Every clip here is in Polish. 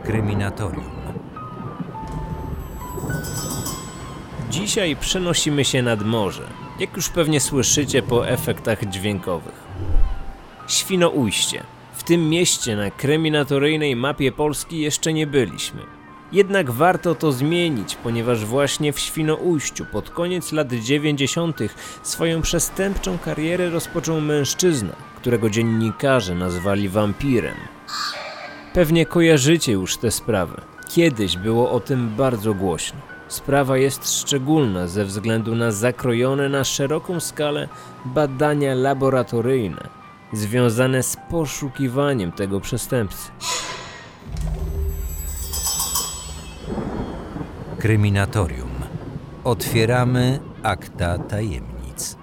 Kryminatorium. Dzisiaj przenosimy się nad morze, jak już pewnie słyszycie po efektach dźwiękowych. Świnoujście. W tym mieście na kryminatoryjnej mapie Polski jeszcze nie byliśmy. Jednak warto to zmienić, ponieważ właśnie w Świnoujściu pod koniec lat 90. swoją przestępczą karierę rozpoczął mężczyzna, którego dziennikarze nazwali wampirem. Pewnie kojarzycie już tę sprawę. Kiedyś było o tym bardzo głośno. Sprawa jest szczególna ze względu na zakrojone na szeroką skalę badania laboratoryjne związane z poszukiwaniem tego przestępcy. Kryminatorium. Otwieramy akta tajemnic.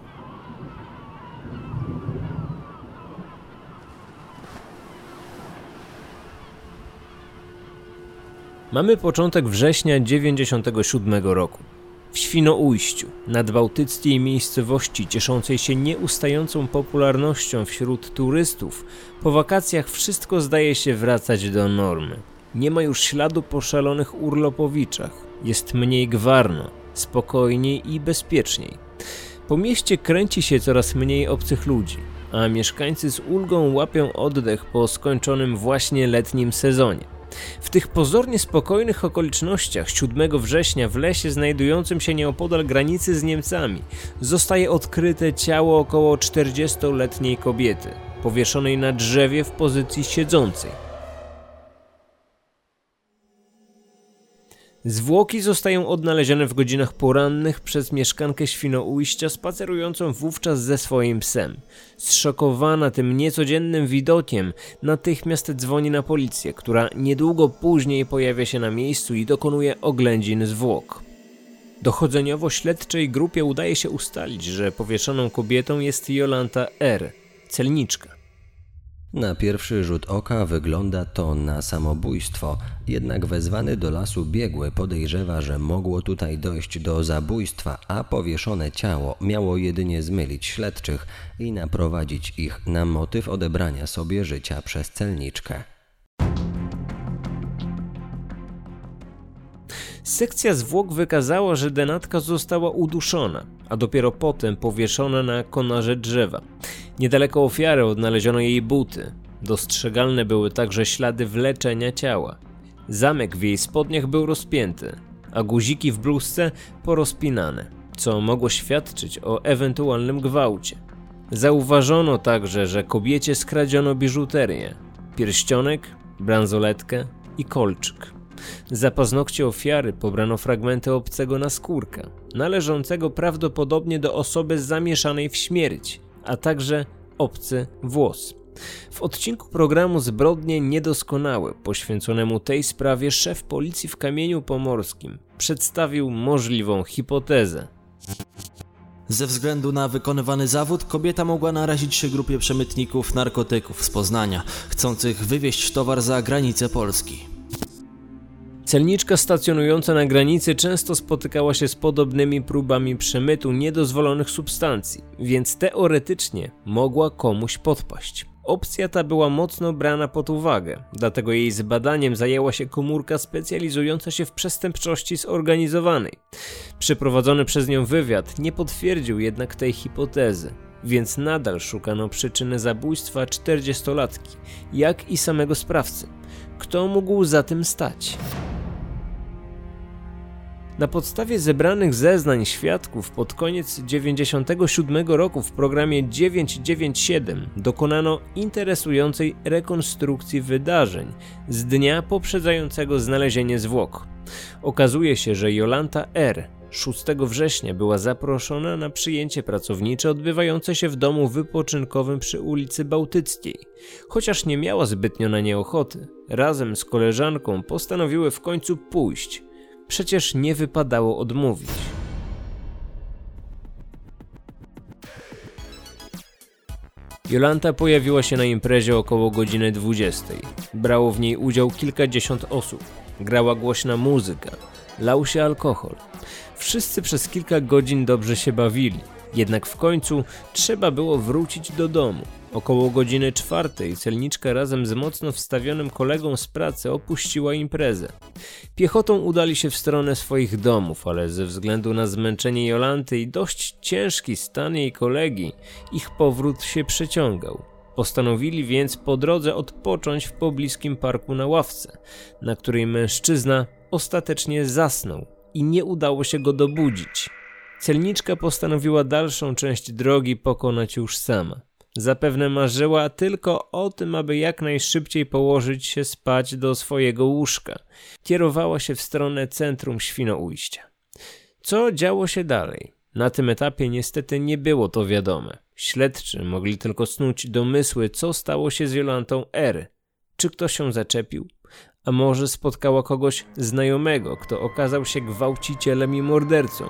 Mamy początek września 97 roku. W Świnoujściu, nadbałtyckiej miejscowości cieszącej się nieustającą popularnością wśród turystów, po wakacjach wszystko zdaje się wracać do normy. Nie ma już śladu po szalonych urlopowiczach. Jest mniej gwarno, spokojniej i bezpieczniej. Po mieście kręci się coraz mniej obcych ludzi, a mieszkańcy z ulgą łapią oddech po skończonym właśnie letnim sezonie. W tych pozornie spokojnych okolicznościach 7 września w lesie znajdującym się nieopodal granicy z Niemcami zostaje odkryte ciało około 40-letniej kobiety, powieszonej na drzewie w pozycji siedzącej. Zwłoki zostają odnalezione w godzinach porannych przez mieszkankę Świnoujścia spacerującą wówczas ze swoim psem. Zszokowana tym niecodziennym widokiem, natychmiast dzwoni na policję, która niedługo później pojawia się na miejscu i dokonuje oględzin zwłok. Dochodzeniowo-śledczej grupie udaje się ustalić, że powieszoną kobietą jest Jolanta R., celniczka. Na pierwszy rzut oka wygląda to na samobójstwo, jednak wezwany do lasu biegły podejrzewa, że mogło tutaj dojść do zabójstwa, a powieszone ciało miało jedynie zmylić śledczych i naprowadzić ich na motyw odebrania sobie życia przez celniczkę. Sekcja zwłok wykazała, że denatka została uduszona, a dopiero potem powieszona na konarze drzewa. Niedaleko ofiary odnaleziono jej buty. Dostrzegalne były także ślady wleczenia ciała. Zamek w jej spodniach był rozpięty, a guziki w bluzce porozpinane, co mogło świadczyć o ewentualnym gwałcie. Zauważono także, że kobiecie skradziono biżuterię, pierścionek, bransoletkę i kolczyk. Za paznokcie ofiary pobrano fragmenty obcego naskórka, należącego prawdopodobnie do osoby zamieszanej w śmierć, a także obcy włos. W odcinku programu Zbrodnie Niedoskonałe, poświęconemu tej sprawie, szef policji w Kamieniu Pomorskim przedstawił możliwą hipotezę. Ze względu na wykonywany zawód kobieta mogła narazić się grupie przemytników narkotyków z Poznania, chcących wywieźć towar za granicę Polski. Celniczka stacjonująca na granicy często spotykała się z podobnymi próbami przemytu niedozwolonych substancji, więc teoretycznie mogła komuś podpaść. Opcja ta była mocno brana pod uwagę, dlatego jej zbadaniem zajęła się komórka specjalizująca się w przestępczości zorganizowanej. Przeprowadzony przez nią wywiad nie potwierdził jednak tej hipotezy, więc nadal szukano przyczyny zabójstwa 40-latki, jak i samego sprawcy. Kto mógł za tym stać? Na podstawie zebranych zeznań świadków pod koniec 1997 roku w programie 997 dokonano interesującej rekonstrukcji wydarzeń z dnia poprzedzającego znalezienie zwłok. Okazuje się, że Jolanta R. 6 września była zaproszona na przyjęcie pracownicze odbywające się w domu wypoczynkowym przy ulicy Bałtyckiej. Chociaż nie miała zbytnio na nie ochoty, razem z koleżanką postanowiły w końcu pójść. Przecież nie wypadało odmówić. Jolanta pojawiła się na imprezie około godziny 20. Brało w niej udział kilkadziesiąt osób. Grała głośna muzyka. Lał się alkohol. Wszyscy przez kilka godzin dobrze się bawili. Jednak w końcu trzeba było wrócić do domu. Około godziny 4 celniczka razem z mocno wstawionym kolegą z pracy opuściła imprezę. Piechotą udali się w stronę swoich domów, ale ze względu na zmęczenie Jolanty i dość ciężki stan jej kolegi, ich powrót się przeciągał. Postanowili więc po drodze odpocząć w pobliskim parku na ławce, na której mężczyzna ostatecznie zasnął i nie udało się go dobudzić. Celniczka postanowiła dalszą część drogi pokonać już sama. Zapewne marzyła tylko o tym, aby jak najszybciej położyć się spać do swojego łóżka. Kierowała się w stronę centrum Świnoujścia. Co działo się dalej? Na tym etapie niestety nie było to wiadome. Śledczy mogli tylko snuć domysły, co stało się z Jolantą R. Czy ktoś się zaczepił? A może spotkała kogoś znajomego, kto okazał się gwałcicielem i mordercą?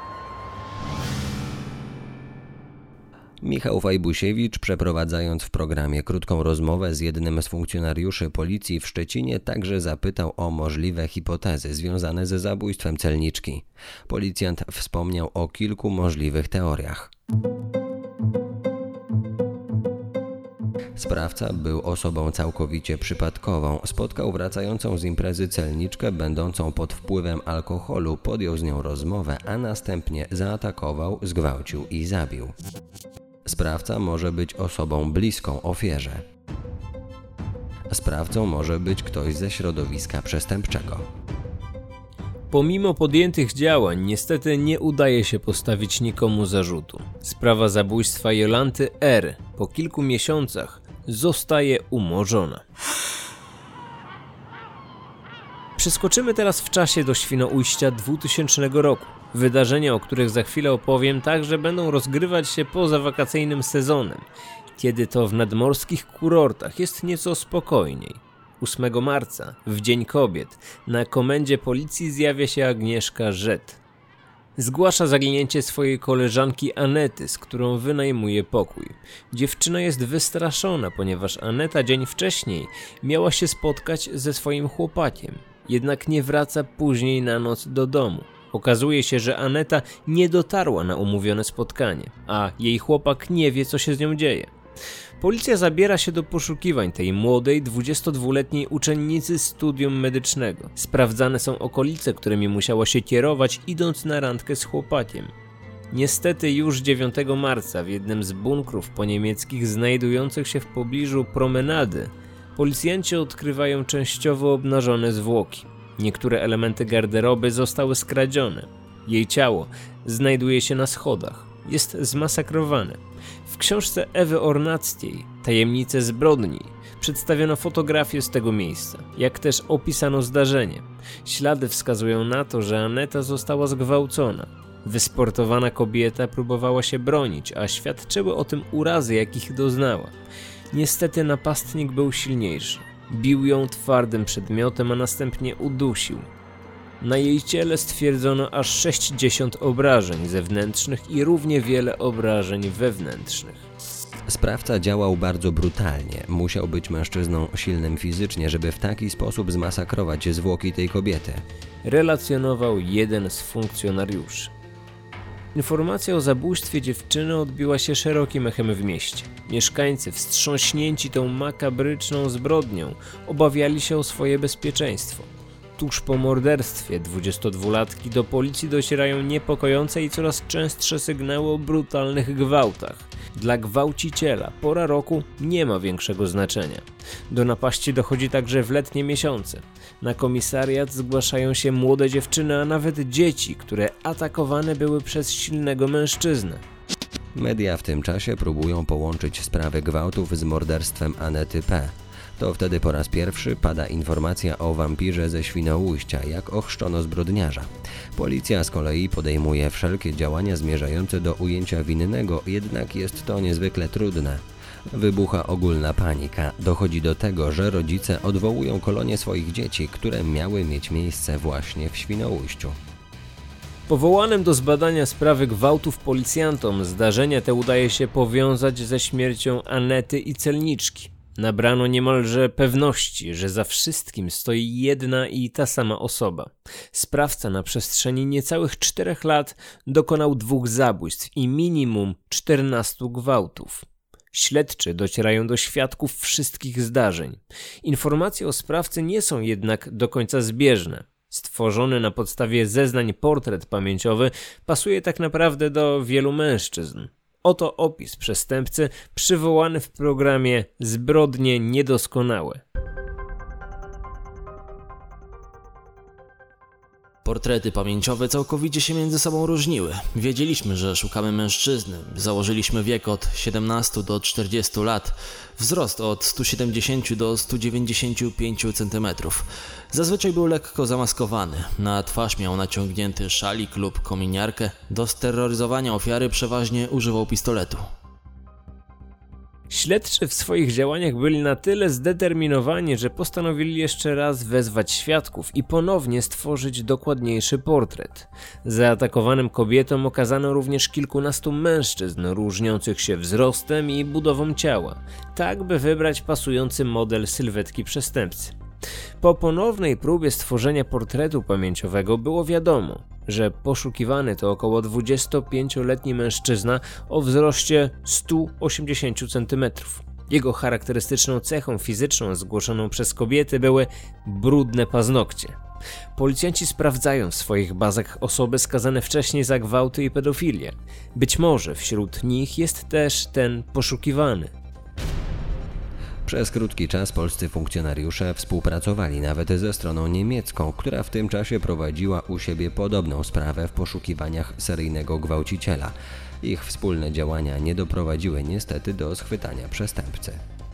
Michał Fajbusiewicz, przeprowadzając w programie krótką rozmowę z jednym z funkcjonariuszy policji w Szczecinie, także zapytał o możliwe hipotezy związane ze zabójstwem celniczki. Policjant wspomniał o kilku możliwych teoriach. Sprawca był osobą całkowicie przypadkową. Spotkał wracającą z imprezy celniczkę będącą pod wpływem alkoholu, podjął z nią rozmowę, a następnie zaatakował, zgwałcił i zabił. Sprawca może być osobą bliską ofierze. Sprawcą może być ktoś ze środowiska przestępczego. Pomimo podjętych działań, niestety nie udaje się postawić nikomu zarzutu. Sprawa zabójstwa Jolanty R. po kilku miesiącach zostaje umorzona. Przeskoczymy teraz w czasie do Świnoujścia 2000 roku. Wydarzenia, o których za chwilę opowiem, także będą rozgrywać się poza wakacyjnym sezonem, kiedy to w nadmorskich kurortach jest nieco spokojniej. 8 marca, w Dzień Kobiet, na komendzie policji zjawia się Agnieszka Rzet. Zgłasza zaginięcie swojej koleżanki Anety, z którą wynajmuje pokój. Dziewczyna jest wystraszona, ponieważ Aneta dzień wcześniej miała się spotkać ze swoim chłopakiem, jednak nie wraca później na noc do domu. Okazuje się, że Aneta nie dotarła na umówione spotkanie, a jej chłopak nie wie, co się z nią dzieje. Policja zabiera się do poszukiwań tej młodej, 22-letniej uczennicy studium medycznego. Sprawdzane są okolice, którymi musiała się kierować, idąc na randkę z chłopakiem. Niestety już 9 marca w jednym z bunkrów poniemieckich znajdujących się w pobliżu promenady policjanci odkrywają częściowo obnażone zwłoki. Niektóre elementy garderoby zostały skradzione. Jej ciało znajduje się na schodach. Jest zmasakrowane. W książce Ewy Ornackiej Tajemnice zbrodni przedstawiono fotografię z tego miejsca, jak też opisano zdarzenie. Ślady wskazują na to, że Aneta została zgwałcona. Wysportowana kobieta próbowała się bronić, a świadczyły o tym urazy, jakich doznała. Niestety napastnik był silniejszy. Bił ją twardym przedmiotem, a następnie udusił. Na jej ciele stwierdzono aż 60 obrażeń zewnętrznych i równie wiele obrażeń wewnętrznych. Sprawca działał bardzo brutalnie. Musiał być mężczyzną silnym fizycznie, żeby w taki sposób zmasakrować zwłoki tej kobiety. Relacjonował jeden z funkcjonariuszy. Informacja o zabójstwie dziewczyny odbiła się szerokim echem w mieście. Mieszkańcy, wstrząśnięci tą makabryczną zbrodnią, obawiali się o swoje bezpieczeństwo. Tuż po morderstwie 22-latki do policji docierają niepokojące i coraz częstsze sygnały o brutalnych gwałtach. Dla gwałciciela pora roku nie ma większego znaczenia. Do napaści dochodzi także w letnie miesiące. Na komisariat zgłaszają się młode dziewczyny, a nawet dzieci, które atakowane były przez silnego mężczyznę. Media w tym czasie próbują połączyć sprawę gwałtów z morderstwem Anety P. To wtedy po raz pierwszy pada informacja o wampirze ze Świnoujścia, jak ochrzczono zbrodniarza. Policja z kolei podejmuje wszelkie działania zmierzające do ujęcia winnego, jednak jest to niezwykle trudne. Wybucha ogólna panika. Dochodzi do tego, że rodzice odwołują kolonię swoich dzieci, które miały mieć miejsce właśnie w Świnoujściu. Powołanym do zbadania sprawy gwałtów policjantom zdarzenia te udaje się powiązać ze śmiercią Anety i celniczki. nabrano niemalże pewności, że za wszystkim stoi jedna i ta sama osoba. Sprawca na przestrzeni niecałych 4 lat dokonał 2 zabójstw i minimum 14 gwałtów. Śledczy docierają do świadków wszystkich zdarzeń. Informacje o sprawcy nie są jednak do końca zbieżne. Stworzony na podstawie zeznań portret pamięciowy pasuje tak naprawdę do wielu mężczyzn. Oto opis przestępcy przywołany w programie Zbrodnie niedoskonałe. Portrety pamięciowe całkowicie się między sobą różniły. Wiedzieliśmy, że szukamy mężczyzny. Założyliśmy wiek od 17 do 40 lat. Wzrost od 170 do 195 cm. Zazwyczaj był lekko zamaskowany. Na twarz miał naciągnięty szalik lub kominiarkę. Do steroryzowania ofiary przeważnie używał pistoletu. Śledczy w swoich działaniach byli na tyle zdeterminowani, że postanowili jeszcze raz wezwać świadków i ponownie stworzyć dokładniejszy portret. Zaatakowanym kobietom okazano również kilkunastu mężczyzn różniących się wzrostem i budową ciała, tak by wybrać pasujący model sylwetki przestępcy. Po ponownej próbie stworzenia portretu pamięciowego było wiadomo, że poszukiwany to około 25-letni mężczyzna o wzroście 180 cm. Jego charakterystyczną cechą fizyczną zgłoszoną przez kobiety były brudne paznokcie. Policjanci sprawdzają w swoich bazach osoby skazane wcześniej za gwałty i pedofilię. Być może wśród nich jest też ten poszukiwany. Przez krótki czas polscy funkcjonariusze współpracowali nawet ze stroną niemiecką, która w tym czasie prowadziła u siebie podobną sprawę w poszukiwaniach seryjnego gwałciciela. Ich wspólne działania nie doprowadziły niestety do schwytania przestępcy.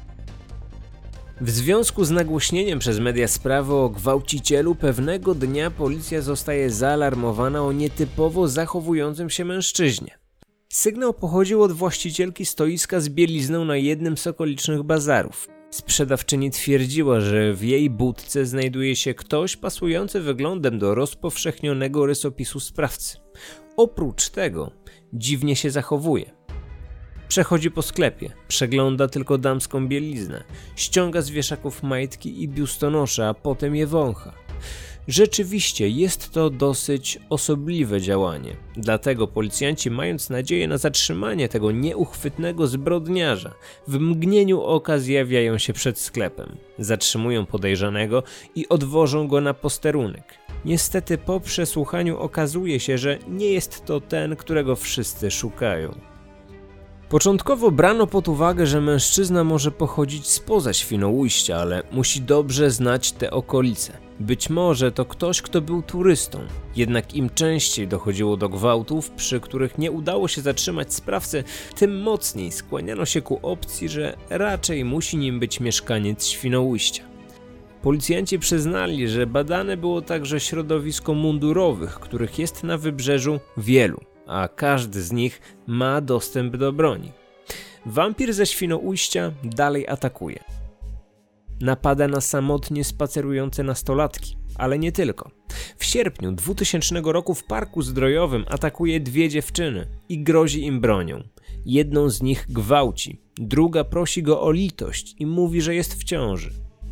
W związku z nagłośnieniem przez media sprawy o gwałcicielu pewnego dnia policja zostaje zaalarmowana o nietypowo zachowującym się mężczyźnie. Sygnał pochodził od właścicielki stoiska z bielizną na jednym z okolicznych bazarów. Sprzedawczyni twierdziła, że w jej budce znajduje się ktoś pasujący wyglądem do rozpowszechnionego rysopisu sprawcy. Oprócz tego dziwnie się zachowuje. Przechodzi po sklepie, przegląda tylko damską bieliznę, ściąga z wieszaków majtki i biustonosze, a potem je wącha. Rzeczywiście jest to dosyć osobliwe działanie, dlatego policjanci, mając nadzieję na zatrzymanie tego nieuchwytnego zbrodniarza, w mgnieniu oka zjawiają się przed sklepem, zatrzymują podejrzanego i odwożą go na posterunek. Niestety po przesłuchaniu okazuje się, że nie jest to ten, którego wszyscy szukają. Początkowo brano pod uwagę, że mężczyzna może pochodzić spoza Świnoujścia, ale musi dobrze znać te okolice. Być może to ktoś, kto był turystą. Jednak im częściej dochodziło do gwałtów, przy których nie udało się zatrzymać sprawcy, tym mocniej skłaniano się ku opcji, że raczej musi nim być mieszkaniec Świnoujścia. Policjanci przyznali, że badane było także środowisko mundurowych, których jest na wybrzeżu wielu, a każdy z nich ma dostęp do broni. Wampir ze Świnoujścia dalej atakuje. Napada na samotnie spacerujące nastolatki, ale nie tylko. W sierpniu 2000 roku w parku zdrojowym atakuje 2 dziewczyny i grozi im bronią. Jedną z nich gwałci, druga prosi go o litość i mówi, że jest w ciąży.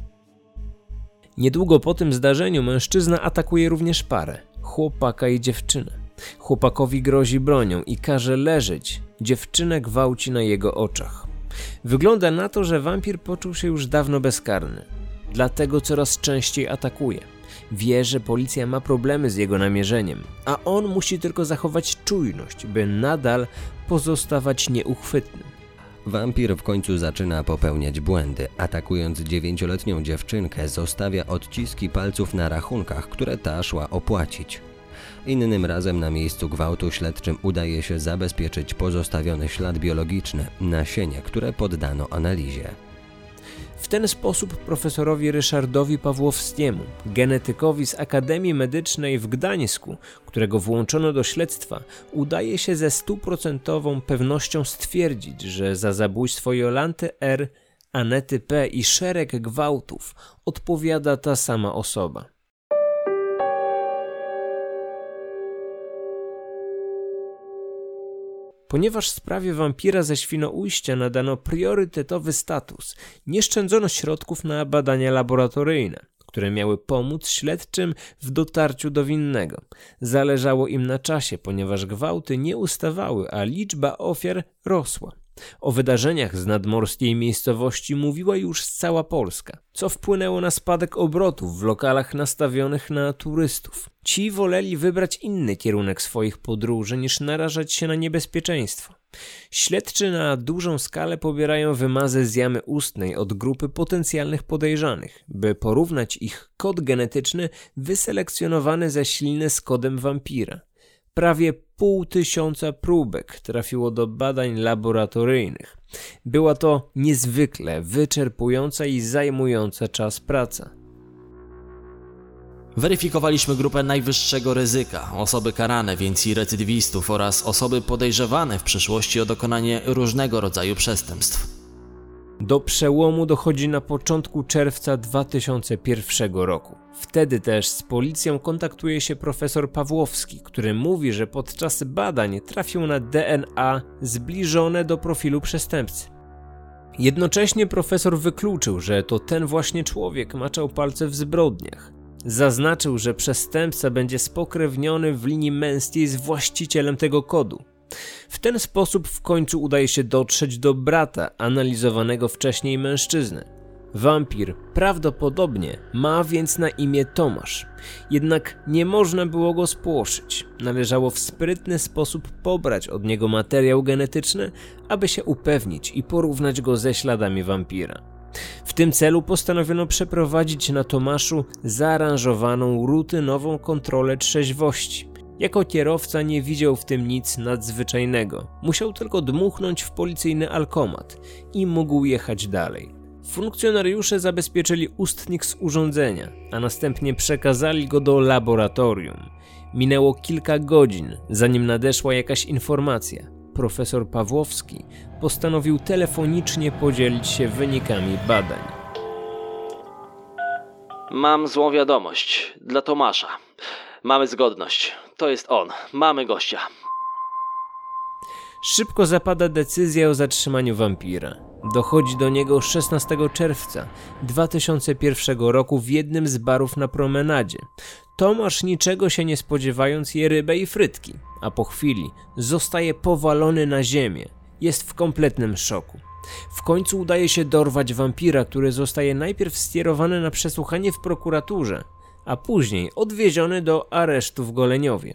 Niedługo po tym zdarzeniu mężczyzna atakuje również parę, chłopaka i dziewczynę. Chłopakowi grozi bronią i każe leżeć, dziewczynę gwałci na jego oczach. Wygląda na to, że wampir poczuł się już dawno bezkarny, dlatego coraz częściej atakuje. Wie, że policja ma problemy z jego namierzeniem, a on musi tylko zachować czujność, by nadal pozostawać nieuchwytnym. Wampir w końcu zaczyna popełniać błędy. Atakując 9-letnią dziewczynkę, zostawia odciski palców na rachunkach, które ta szła opłacić. Innym razem na miejscu gwałtu śledczym udaje się zabezpieczyć pozostawiony ślad biologiczny, nasienie, które poddano analizie. W ten sposób profesorowi Ryszardowi Pawłowskiemu, genetykowi z Akademii Medycznej w Gdańsku, którego włączono do śledztwa, udaje się ze 100% pewnością stwierdzić, że za zabójstwo Jolanty R., Anety P. i szereg gwałtów odpowiada ta sama osoba. Ponieważ sprawie wampira ze Świnoujścia nadano priorytetowy status, nie szczędzono środków na badania laboratoryjne, które miały pomóc śledczym w dotarciu do winnego. Zależało im na czasie, ponieważ gwałty nie ustawały, a liczba ofiar rosła. O wydarzeniach z nadmorskiej miejscowości mówiła już cała Polska, co wpłynęło na spadek obrotów w lokalach nastawionych na turystów. Ci woleli wybrać inny kierunek swoich podróży niż narażać się na niebezpieczeństwo. Śledczy na dużą skalę pobierają wymazy z jamy ustnej od grupy potencjalnych podejrzanych, by porównać ich kod genetyczny wyselekcjonowany ze śliny z kodem wampira. Prawie 500 próbek trafiło do badań laboratoryjnych. Była to niezwykle wyczerpująca i zajmująca czas praca. Weryfikowaliśmy grupę najwyższego ryzyka, osoby karane, więc i recydywistów oraz osoby podejrzewane w przyszłości o dokonanie różnego rodzaju przestępstw. Do przełomu dochodzi na początku czerwca 2001 roku. Wtedy też z policją kontaktuje się profesor Pawłowski, który mówi, że podczas badań trafił na DNA zbliżone do profilu przestępcy. Jednocześnie profesor wykluczył, że to ten właśnie człowiek maczał palce w zbrodniach. Zaznaczył, że przestępca będzie spokrewniony w linii męskiej z właścicielem tego kodu. W ten sposób w końcu udaje się dotrzeć do brata analizowanego wcześniej mężczyzny. Wampir prawdopodobnie ma więc na imię Tomasz. Jednak nie można było go spłoszyć. Należało w sprytny sposób pobrać od niego materiał genetyczny, aby się upewnić i porównać go ze śladami wampira. W tym celu postanowiono przeprowadzić na Tomaszu zaaranżowaną rutynową kontrolę trzeźwości. Jako kierowca nie widział w tym nic nadzwyczajnego. Musiał tylko dmuchnąć w policyjny alkomat i mógł jechać dalej. Funkcjonariusze zabezpieczyli ustnik z urządzenia, a następnie przekazali go do laboratorium. Minęło kilka godzin, zanim nadeszła jakaś informacja. Profesor Pawłowski postanowił telefonicznie podzielić się wynikami badań. Mam złą wiadomość dla Tomasza. Mamy zgodność. To jest on. Mamy gościa. Szybko zapada decyzja o zatrzymaniu wampira. Dochodzi do niego 16 czerwca 2001 roku w jednym z barów na promenadzie. Tomasz, niczego się nie spodziewając, je rybę i frytki, a po chwili zostaje powalony na ziemię. Jest w kompletnym szoku. W końcu udaje się dorwać wampira, który zostaje najpierw skierowany na przesłuchanie w prokuraturze, a później odwieziony do aresztu w Goleniowie.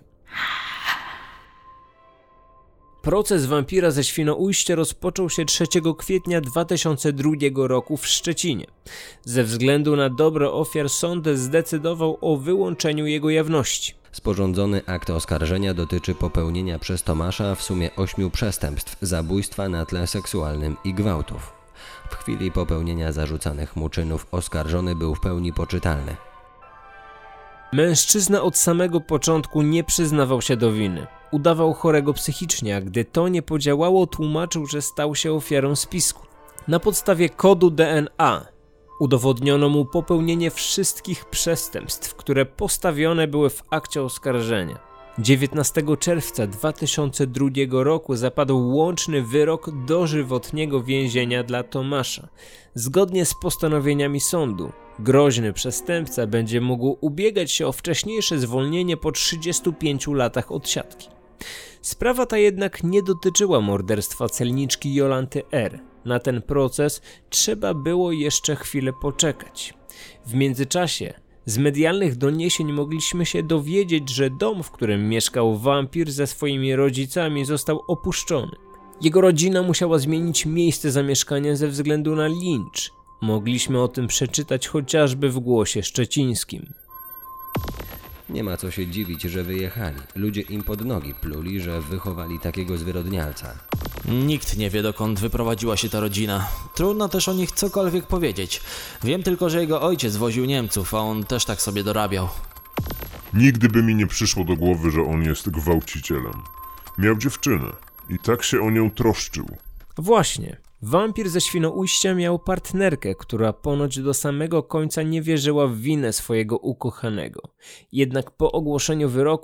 Proces wampira ze Świnoujścia rozpoczął się 3 kwietnia 2002 roku w Szczecinie. Ze względu na dobro ofiar sąd zdecydował o wyłączeniu jego jawności. Sporządzony akt oskarżenia dotyczy popełnienia przez Tomasza w sumie 8 przestępstw, zabójstwa na tle seksualnym i gwałtów. W chwili popełnienia zarzucanych mu czynów oskarżony był w pełni poczytalny. Mężczyzna od samego początku nie przyznawał się do winy. Udawał chorego psychicznie, a gdy to nie podziałało, tłumaczył, że stał się ofiarą spisku. Na podstawie kodu DNA udowodniono mu popełnienie wszystkich przestępstw, które postawione były w akcie oskarżenia. 19 czerwca 2002 roku zapadł łączny wyrok dożywotniego więzienia dla Tomasza. Zgodnie z postanowieniami sądu, groźny przestępca będzie mógł ubiegać się o wcześniejsze zwolnienie po 35 latach odsiadki. Sprawa ta jednak nie dotyczyła morderstwa celniczki Jolanty R. Na ten proces trzeba było jeszcze chwilę poczekać. W międzyczasie z medialnych doniesień mogliśmy się dowiedzieć, że dom, w którym mieszkał wampir ze swoimi rodzicami, został opuszczony. Jego rodzina musiała zmienić miejsce zamieszkania ze względu na lincz. Mogliśmy o tym przeczytać chociażby w Głosie Szczecińskim. Nie ma co się dziwić, że wyjechali. Ludzie im pod nogi pluli, że wychowali takiego zwyrodnialca. Nikt nie wie, dokąd wyprowadziła się ta rodzina. Trudno też o nich cokolwiek powiedzieć. Wiem tylko, że jego ojciec woził Niemców, a on też tak sobie dorabiał. Nigdy by mi nie przyszło do głowy, że on jest gwałcicielem. Miał dziewczynę i tak się o nią troszczył. Właśnie. Wampir ze Świnoujścia miał partnerkę, która ponoć do samego końca nie wierzyła w winę swojego ukochanego. Jednak po ogłoszeniu wyroku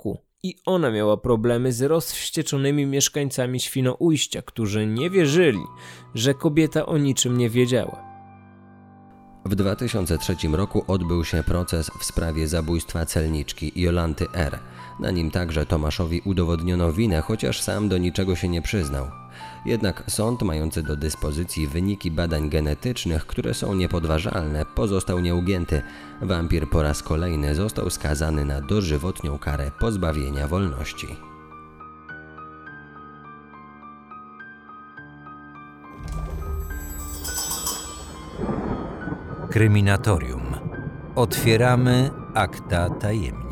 I ona miała problemy z rozwścieczonymi mieszkańcami Świnoujścia, którzy nie wierzyli, że kobieta o niczym nie wiedziała. W 2003 roku odbył się proces w sprawie zabójstwa celniczki Jolanty R. Na nim także Tomaszowi udowodniono winę, chociaż sam do niczego się nie przyznał. Jednak sąd, mający do dyspozycji wyniki badań genetycznych, które są niepodważalne, pozostał nieugięty. Wampir po raz kolejny został skazany na dożywotnią karę pozbawienia wolności. Kryminatorium. Otwieramy akta tajemnic.